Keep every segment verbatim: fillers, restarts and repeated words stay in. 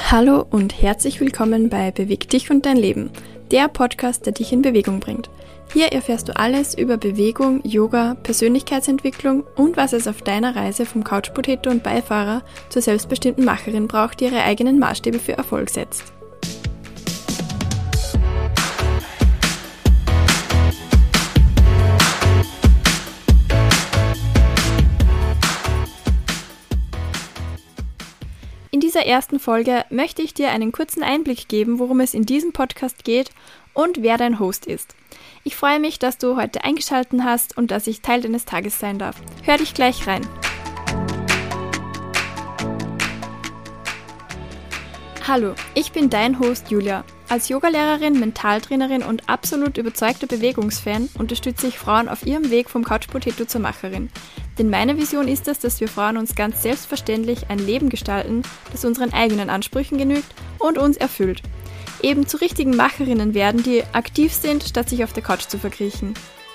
Hallo und herzlich willkommen bei Beweg dich und dein Leben, der Podcast, der dich in Bewegung bringt. Hier erfährst du alles über Bewegung, Yoga, Persönlichkeitsentwicklung und was es auf deiner Reise vom Couch Potato und Beifahrer zur selbstbestimmten Macherin braucht, die ihre eigenen Maßstäbe für Erfolg setzt. In dieser ersten Folge möchte ich dir einen kurzen Einblick geben, worum es in diesem Podcast geht und wer dein Host ist. Ich freue mich, dass du heute eingeschaltet hast und dass ich Teil deines Tages sein darf. Hör dich gleich rein. Hallo, ich bin dein Host Julia. Als Yogalehrerin, Mentaltrainerin und absolut überzeugter Bewegungsfan unterstütze ich Frauen auf ihrem Weg vom Couch Potato zur Macherin. Denn meine Vision ist es, dass wir Frauen uns ganz selbstverständlich ein Leben gestalten, das unseren eigenen Ansprüchen genügt und uns erfüllt. Eben zu richtigen Macherinnen werden, die aktiv sind, statt sich auf der Couch zu verkriechen.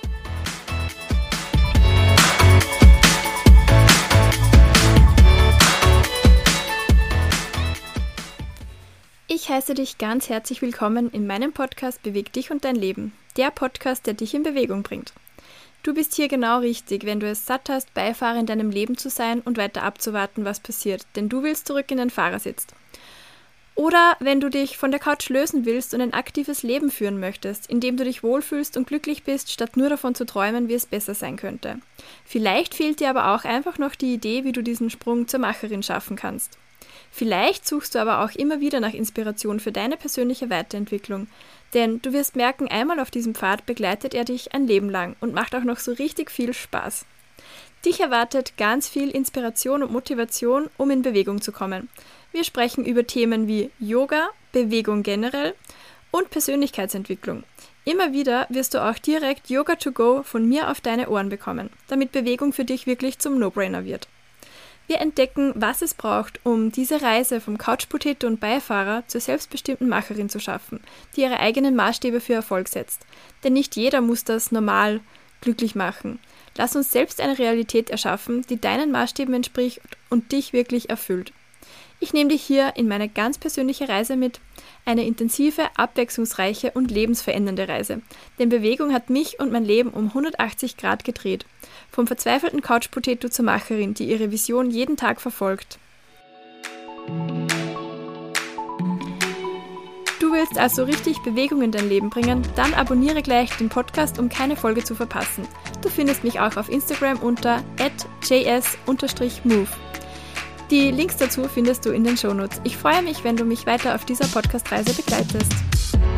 Ich heiße dich ganz herzlich willkommen in meinem Podcast Beweg dich und dein Leben, der Podcast, der dich in Bewegung bringt. Du bist hier genau richtig, wenn du es satt hast, Beifahrer in deinem Leben zu sein und weiter abzuwarten, was passiert, denn du willst zurück in den Fahrersitz. Oder wenn du dich von der Couch lösen willst und ein aktives Leben führen möchtest, in dem du dich wohlfühlst und glücklich bist, statt nur davon zu träumen, wie es besser sein könnte. Vielleicht fehlt dir aber auch einfach noch die Idee, wie du diesen Sprung zur Macherin schaffen kannst. Vielleicht suchst du aber auch immer wieder nach Inspiration für deine persönliche Weiterentwicklung, denn du wirst merken, einmal auf diesem Pfad begleitet er dich ein Leben lang und macht auch noch so richtig viel Spaß. Dich erwartet ganz viel Inspiration und Motivation, um in Bewegung zu kommen. Wir sprechen über Themen wie Yoga, Bewegung generell und Persönlichkeitsentwicklung. Immer wieder wirst du auch direkt Yoga to go von mir auf deine Ohren bekommen, damit Bewegung für dich wirklich zum No-Brainer wird. Wir entdecken, was es braucht, um diese Reise vom Couch Potato und Beifahrer zur selbstbestimmten Macherin zu schaffen, die ihre eigenen Maßstäbe für Erfolg setzt. Denn nicht jeder muss das normal glücklich machen. Lass uns selbst eine Realität erschaffen, die deinen Maßstäben entspricht und dich wirklich erfüllt. Ich nehme dich hier in meine ganz persönliche Reise mit, eine intensive, abwechslungsreiche und lebensverändernde Reise. Denn Bewegung hat mich und mein Leben um hundertachtzig Grad gedreht. Vom verzweifelten Couch Potato zur Macherin, die ihre Vision jeden Tag verfolgt. Du willst also richtig Bewegung in dein Leben bringen? Dann abonniere gleich den Podcast, um keine Folge zu verpassen. Du findest mich auch auf Instagram unter at j s move. Die Links dazu findest du in den Shownotes. Ich freue mich, wenn du mich weiter auf dieser Podcast-Reise begleitest.